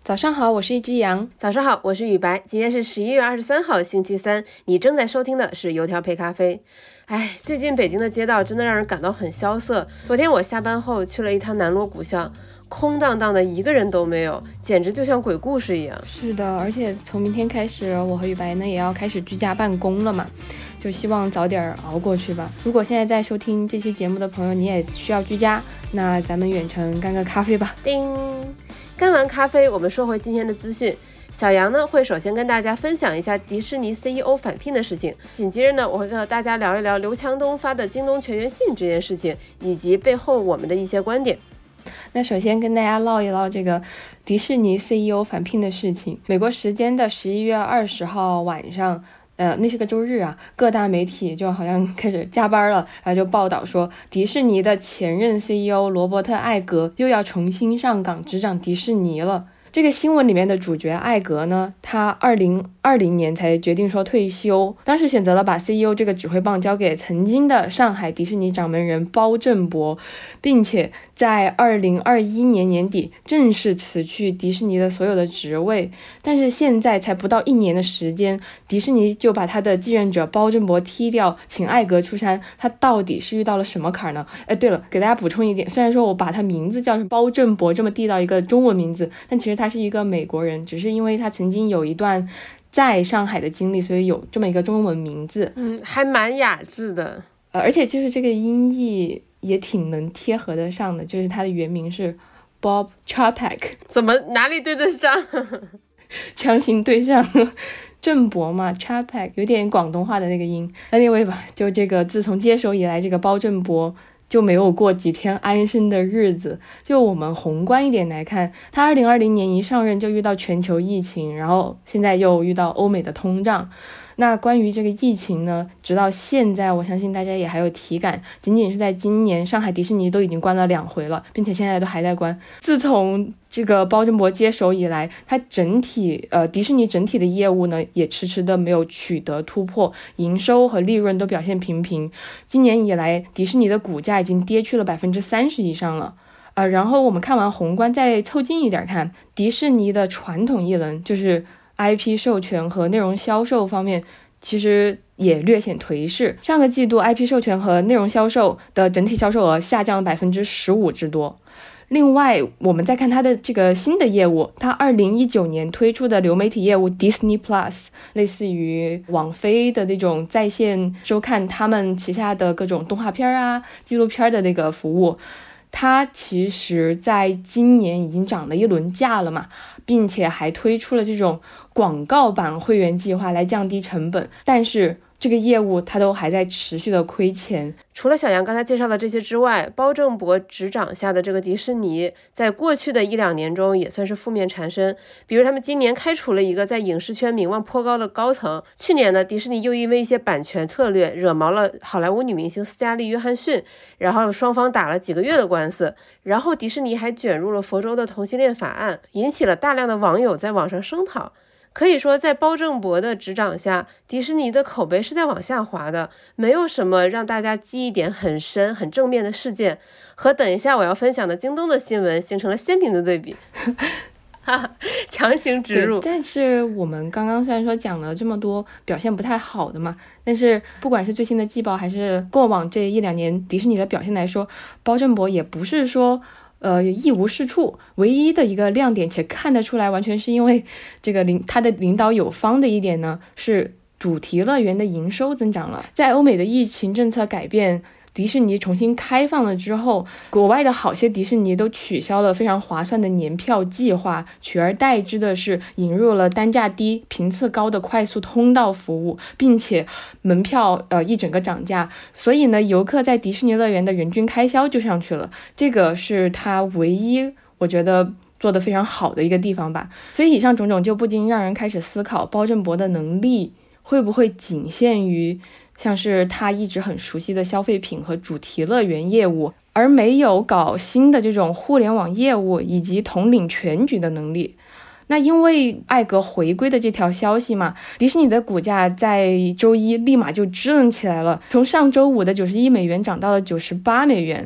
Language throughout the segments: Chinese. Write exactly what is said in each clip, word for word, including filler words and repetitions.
早上好，我是一只羊。 早上好，我是雨白。今天是十一月二十三号，星期三。你正在收听的是油条配咖啡。哎，最近北京的街道真的让人感到很萧瑟。昨天我下班后去了一趟南锣鼓巷，空荡荡的，一个人都没有，简直就像鬼故事一样。 是的，而且从明天开始，我和雨白呢也要开始居家办公了嘛，就希望早点熬过去吧。如果现在在收听这期节目的朋友，你也需要居家，那咱们远程干个咖啡吧。 叮。干完咖啡，我们说回今天的资讯。小杨呢会首先跟大家分享一下迪士尼 C E O 返聘的事情，紧接着呢我会和大家聊一聊刘强东发的京东全员信这件事情，以及背后我们的一些观点。 那首先跟大家唠一唠这个迪士尼 C E O 返聘的事情。美国时间的十一月二十号晚上，呃，那是个周日啊，各大媒体就好像开始加班了，然后就报道说，迪士尼的前任 C E O 罗伯特·艾格又要重新上岗执掌迪士尼了。这个新闻里面的主角艾格呢，他二零二零年才决定说退休，当时选择了把 C E O 这个指挥棒交给曾经的上海迪士尼掌门人包正博，并且在二零二一年年底正式辞去迪士尼的所有的职位。但是现在才不到一年的时间，迪士尼就把他的继任者包正博踢掉，请艾格出山，他到底是遇到了什么坎呢？哎，对了，给大家补充一点，虽然说我把他名字叫成包正博这么地道一个中文名字，但其实他他是一个美国人，只是因为他曾经有一段在上海的经历，所以有这么一个中文名字。 嗯，还蛮雅致的。 呃，而且就是这个音译也挺能贴合得上的，就是他的原名是 Bob Chapek。 怎么哪里对得上？ 强行对上郑博嘛 Chapek 有点广东话的那个音。 Anyway 吧，就这个自从接手以来，这个包正博就没有过几天安生的日子。就我们宏观一点来看，他二零二零年一上任就遇到全球疫情，然后现在又遇到欧美的通胀。那关于这个疫情呢，直到现在我相信大家也还有体感，仅仅是在今年上海迪士尼都已经关了两回了，并且现在都还在关。自从这个包正博接手以来，他整体呃迪士尼整体的业务呢也迟迟的没有取得突破，营收和利润都表现平平。今年以来，迪士尼的股价已经跌去了百分之三十以上了。呃，然后我们看完宏观，再凑近一点看，迪士尼的传统业能，就是 I P 授权和内容销售方面，其实也略显颓势。上个季度 I P 授权和内容销售的整体销售额下降了百分之十五之多。另外我们再看它的这个新的业务，它二零一九年推出的流媒体业务 Disney Plus， 类似于网飞的那种在线收看他们旗下的各种动画片啊纪录片的那个服务，它其实在今年已经涨了一轮价了嘛，并且还推出了这种广告版会员计划来降低成本，但是这个业务它都还在持续的亏钱。 除了小杨刚才介绍的这些之外，包正博执掌下的这个迪士尼在过去的一两年中也算是负面缠身。比如他们今年开除了一个在影视圈名望颇高的高层，去年呢迪士尼又因为一些版权策略惹毛了好莱坞女明星斯嘉丽·约翰逊，然后双方打了几个月的官司，然后迪士尼还卷入了佛州的同性恋法案，引起了大量的网友在网上声讨。可以说在包正博的执掌下，迪士尼的口碑是在往下滑的，没有什么让大家记忆点很深很正面的事件，和等一下我要分享的京东的新闻形成了鲜明的对比。强行植入。 但是我们刚刚虽然说讲了这么多表现不太好的嘛，但是不管是最新的季报还是过往这一两年迪士尼的表现来说，包正博也不是说呃，一无是处，唯一的一个亮点，且看得出来完全是因为这个领他的领导有方的一点呢，是主题乐园的营收增长了。在欧美的疫情政策改变，迪士尼重新开放了之后，国外的好些迪士尼都取消了非常划算的年票计划，取而代之的是引入了单价低、频次高的快速通道服务，并且门票呃一整个涨价，所以呢，游客在迪士尼乐园的人均开销就上去了。这个是它唯一我觉得做得非常好的一个地方吧。所以以上种种就不禁让人开始思考，包正博的能力会不会仅限于像是他一直很熟悉的消费品和主题乐园业务，而没有搞新的这种互联网业务以及统领全局的能力。那因为艾格回归的这条消息嘛，迪士尼的股价在周一立马就支棱起来了，从上周五的九十一美元涨到了九十八美元。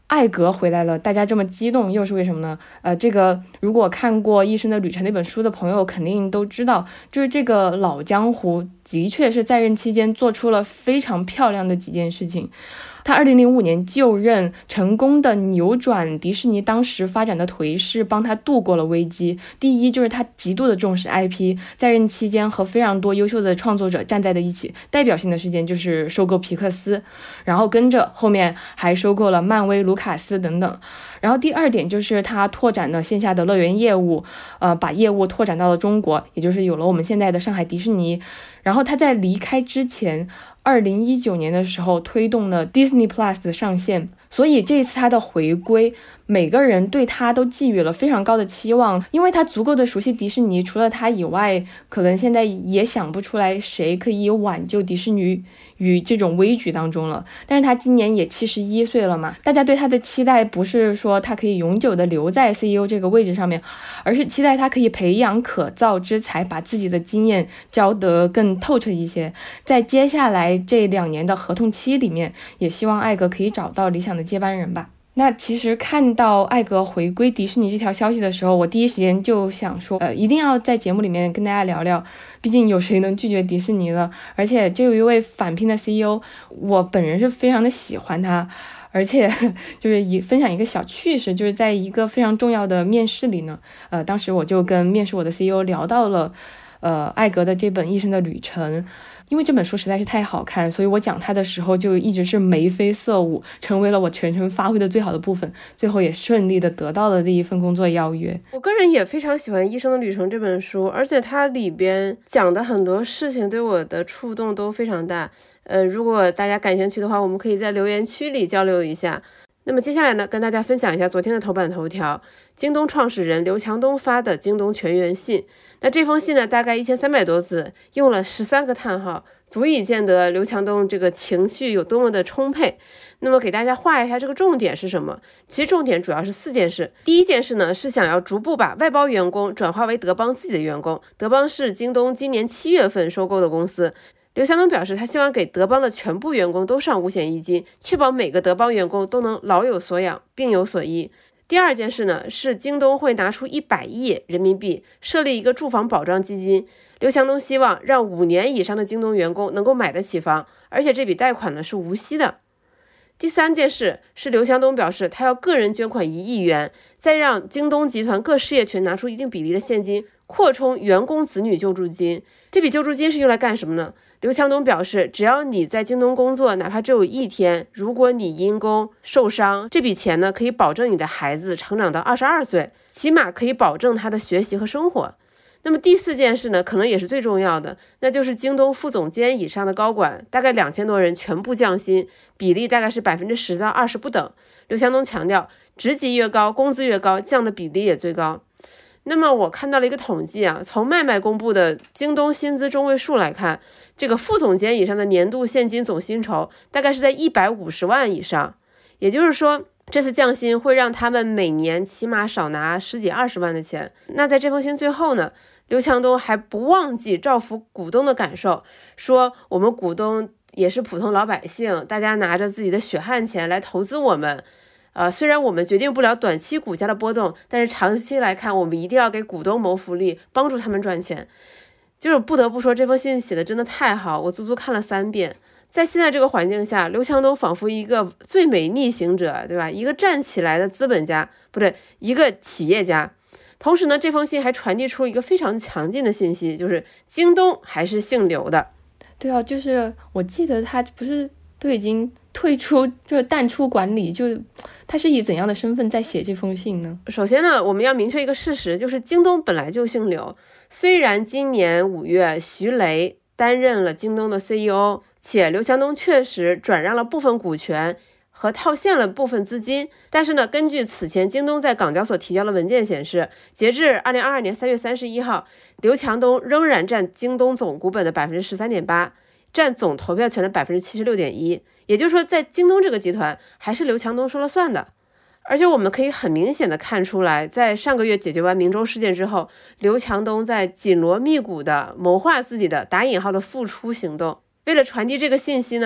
艾格回来了，大家这么激动又是为什么呢？呃，这个如果看过《一生的旅程》那本书的朋友肯定都知道，就是这个老江湖的确是在任期间做出了非常漂亮的几件事情。他二零零五年就任，成功的扭转迪士尼当时发展的颓势，帮他度过了危机。第一就是他极度的重视 I P， 在任期间和非常多优秀的创作者站在了一起。代表性的事件就是收购皮克斯，然后跟着后面还收购了漫威、卢卡斯等等。然后第二点就是他拓展了线下的乐园业务，呃，把业务拓展到了中国，也就是有了我们现在的上海迪士尼。然后他在离开之前，二零一九年的时候推动了 Disney Plus 的上线，所以这一次他的回归，每个人对他都寄予了非常高的期望，因为他足够的熟悉迪士尼，除了他以外，可能现在也想不出来谁可以挽救迪士尼于这种危局当中了。但是他今年也七十一岁了嘛，大家对他的期待不是说他可以永久的留在 C E O 这个位置上面，而是期待他可以培养可造之才，把自己的经验教得更透彻一些。在接下来这两年的合同期里面，也希望艾格可以找到理想的接班人吧。那其实看到艾格回归迪士尼这条消息的时候，我第一时间就想说，呃，一定要在节目里面跟大家聊聊，毕竟有谁能拒绝迪士尼了？而且这有一位返聘的 C E O， 我本人是非常的喜欢他。而且就是以分享一个小趣事，就是在一个非常重要的面试里呢，呃，当时我就跟面试我的 C E O 聊到了，呃，艾格的这本《一生的旅程》。因为这本书实在是太好看，所以我讲它的时候就一直是眉飞色舞，成为了我全程发挥的最好的部分，最后也顺利的得到了第一份工作邀约。 我个人也非常喜欢《一生的旅程》这本书，而且它里边讲的很多事情对我的触动都非常大。呃，如果大家感兴趣的话，我们可以在留言区里交流一下。那么接下来呢，跟大家分享一下昨天的头版头条，京东创始人刘强东发的京东全员信。那这封信呢，大概一千三百多字，用了十三个叹号，足以见得刘强东这个情绪有多么的充沛。那么给大家画一下这个重点是什么？其实重点主要是四件事。第一件事呢，是想要逐步把外包员工转化为德邦自己的员工。德邦是京东今年七月份收购的公司。刘强东表示，他希望给德邦的全部员工都上五险一金，确保每个德邦员工都能老有所养，病有所医。第二件事呢，是京东会拿出一百亿人民币设立一个住房保障基金。刘强东希望让五年以上的京东员工能够买得起房，而且这笔贷款呢是无息的。第三件事是刘强东表示，他要个人捐款一亿元，再让京东集团各事业群拿出一定比例的现金，扩充员工子女救助金。这笔救助金是用来干什么呢？刘强东表示，只要你在京东工作，哪怕只有一天，如果你因公受伤，这笔钱呢可以保证你的孩子成长到二十二岁，起码可以保证他的学习和生活。那么第四件事呢，可能也是最重要的，那就是京东副总监以上的高管，大概两千多人全部降薪，比例大概是百分之十到二十不等。刘强东强调，职级越高，工资越高，降的比例也最高。那么我看到了一个统计啊，从麦麦公布的京东薪资中位数来看，这个副总监以上的年度现金总薪酬大概是在一百五十万以上，也就是说这次降薪会让他们每年起码少拿十几二十万的钱。那在这封信最后呢，刘强东还不忘记照拂股东的感受，说我们股东也是普通老百姓，大家拿着自己的血汗钱来投资我们。呃，虽然我们决定不了短期股价的波动，但是长期来看，我们一定要给股东谋福利，帮助他们赚钱。就是不得不说，这封信写的真的太好，我足足看了三遍。在现在这个环境下，刘强东仿佛一个最美逆行者，对吧？一个站起来的资本家，不对，一个企业家。同时呢，这封信还传递出一个非常强劲的信息，就是京东还是姓刘的。 对啊，就是我记得他不是都已经退出，就是淡出管理，就他是以怎样的身份在写这封信呢？ 首先呢，我们要明确一个事实，就是京东本来就姓刘。虽然今年五月徐雷担任了京东的 C E O， 且刘强东确实转让了部分股权和套现了部分资金，但是呢，根据此前京东在港交所提交的文件显示，截至二零二二年三月三十一号，刘强东仍然占京东总股本的 百分之十三点八， 占总投票权的 百分之七十六点一。也就是说，在京东这个集团还是刘强东说了算的。而且我们可以很明显的看出来，在上个月解决完明州事件之后，刘强东在紧锣密鼓的谋划自己的打引号的复出行动。为了传递这个信息呢，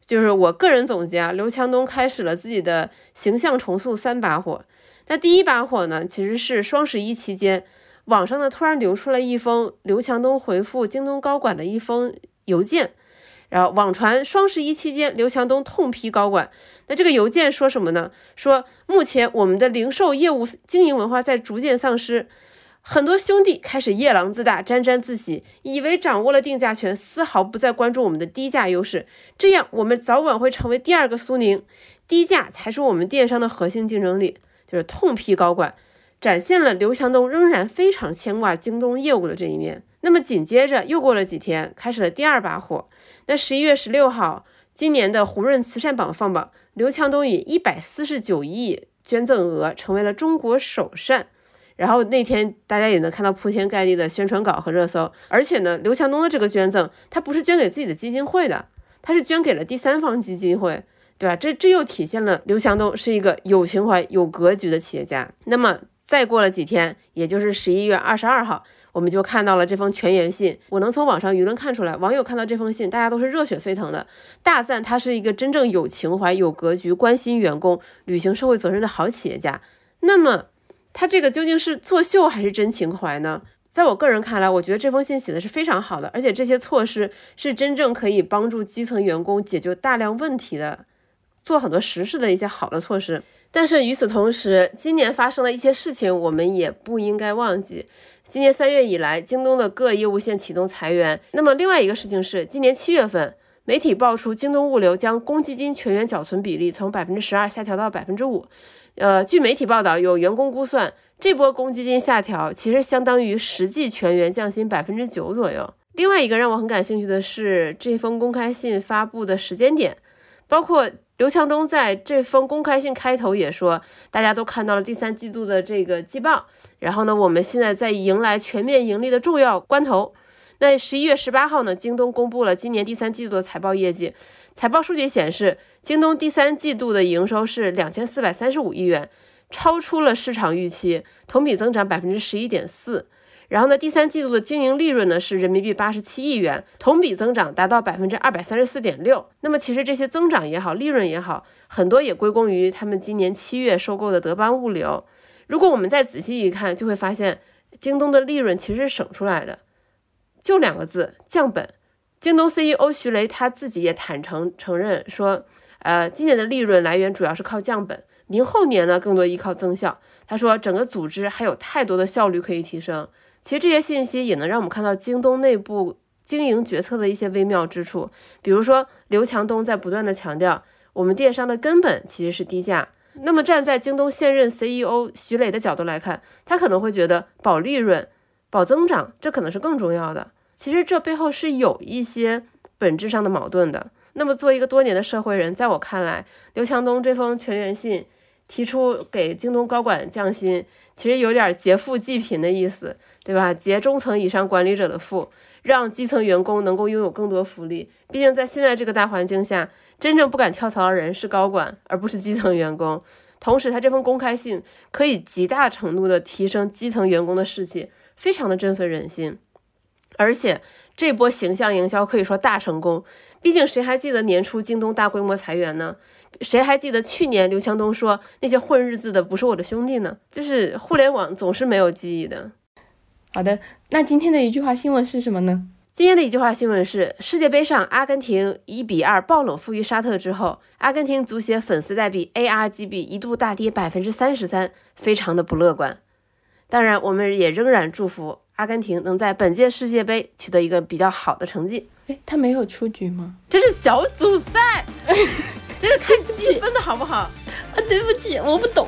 就是我个人总结啊，刘强东开始了自己的形象重塑三把火。那第一把火呢，其实是双十一期间，网上呢突然流出了一封刘强东回复京东高管的一封邮件，然后网传双十一期间刘强东痛批高管。那这个邮件说什么呢？说目前我们的零售业务经营文化在逐渐丧失，很多兄弟开始夜郎自大，沾沾自喜，以为掌握了定价权，丝毫不再关注我们的低价优势，这样我们早晚会成为第二个苏宁，低价才是我们电商的核心竞争力。就是痛批高管，展现了刘强东仍然非常牵挂京东业务的这一面。那么紧接着又过了几天，开始了第二把火。那十一月十六号，今年的胡润慈善榜放榜，刘强东以一百四十九亿捐赠额成为了中国首善。然后那天大家也能看到铺天盖地的宣传稿和热搜。而且呢，刘强东的这个捐赠，他不是捐给自己的基金会的，他是捐给了第三方基金会。对吧？这这又体现了刘强东是一个有情怀、有格局的企业家。那么再过了几天，也就是十一月二十二号，我们就看到了这封全员信。我能从网上舆论看出来，网友看到这封信，大家都是热血沸腾的，大赞他是一个真正有情怀、有格局、关心员工、履行社会责任的好企业家。那么他这个究竟是作秀还是真情怀呢？在我个人看来，我觉得这封信写的是非常好的，而且这些措施是真正可以帮助基层员工解决大量问题的，做很多实事的一些好的措施。但是与此同时，今年发生了一些事情，我们也不应该忘记。今年三月以来，京东的各业务线启动裁员。那么另外一个事情是，今年七月份，媒体爆出京东物流将公积金全员缴存比例从百分之十二下调到百分之五。呃，据媒体报道，有员工估算，这波公积金下调其实相当于实际全员降薪百分之九左右。另外一个让我很感兴趣的是，这封公开信发布的时间点，包括刘强东在这封公开信开头也说，大家都看到了第三季度的这个季报，然后呢，我们现在在迎来全面盈利的重要关头。那十一月十八号呢，京东公布了今年第三季度的财报业绩，财报数据显示，京东第三季度的营收是两千四百三十五亿元，超出了市场预期，同比增长百分之十一点四。然后呢，第三季度的经营利润呢是人民币八十七亿元，同比增长达到百分之二百三十四点六。那么其实这些增长也好，利润也好，很多也归功于他们今年七月收购的德邦物流。如果我们再仔细一看，就会发现京东的利润其实是省出来的，就两个字：降本。京东 C E O 徐雷他自己也坦诚承认说，呃，今年的利润来源主要是靠降本，明后年呢更多依靠增效。他说，整个组织还有太多的效率可以提升。其实这些信息也能让我们看到京东内部经营决策的一些微妙之处，比如说刘强东在不断的强调，我们电商的根本其实是低价。那么站在京东现任 C E O 徐磊的角度来看，他可能会觉得保利润、保增长，这可能是更重要的。其实这背后是有一些本质上的矛盾的。那么作为一个多年的社会人，在我看来，刘强东这封全员信提出给京东高管降薪，其实有点劫富济贫的意思，对吧？劫中层以上管理者的富，让基层员工能够拥有更多福利。毕竟在现在这个大环境下，真正不敢跳槽的人是高管，而不是基层员工。同时他这封公开信可以极大程度的提升基层员工的士气，非常的振奋人心。而且这波形象营销可以说大成功，毕竟谁还记得年初京东大规模裁员呢？谁还记得去年刘强东说那些混日子的不是我的兄弟呢？就是互联网总是没有记忆的。 好的，那今天的一句话新闻是什么呢？ 今天的一句话新闻是，世界杯上阿根廷一比二爆冷负于沙特之后，阿根廷足协粉丝代币 A R G B 一度大跌百分之三十三，非常的不乐观。当然，我们也仍然祝福阿根廷能在本届世界杯取得一个比较好的成绩。 诶，他没有出局吗？ 这是小组赛，这是看积分的好不好？ 啊，对不起，我不懂。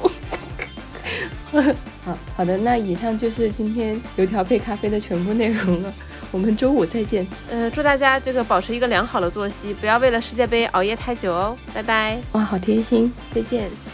好好的，那以上就是今天油条配咖啡的全部内容了。我们周五再见。 呃，祝大家这个保持一个良好的作息，不要为了世界杯熬夜太久哦。拜拜。 哇，好贴心，再见。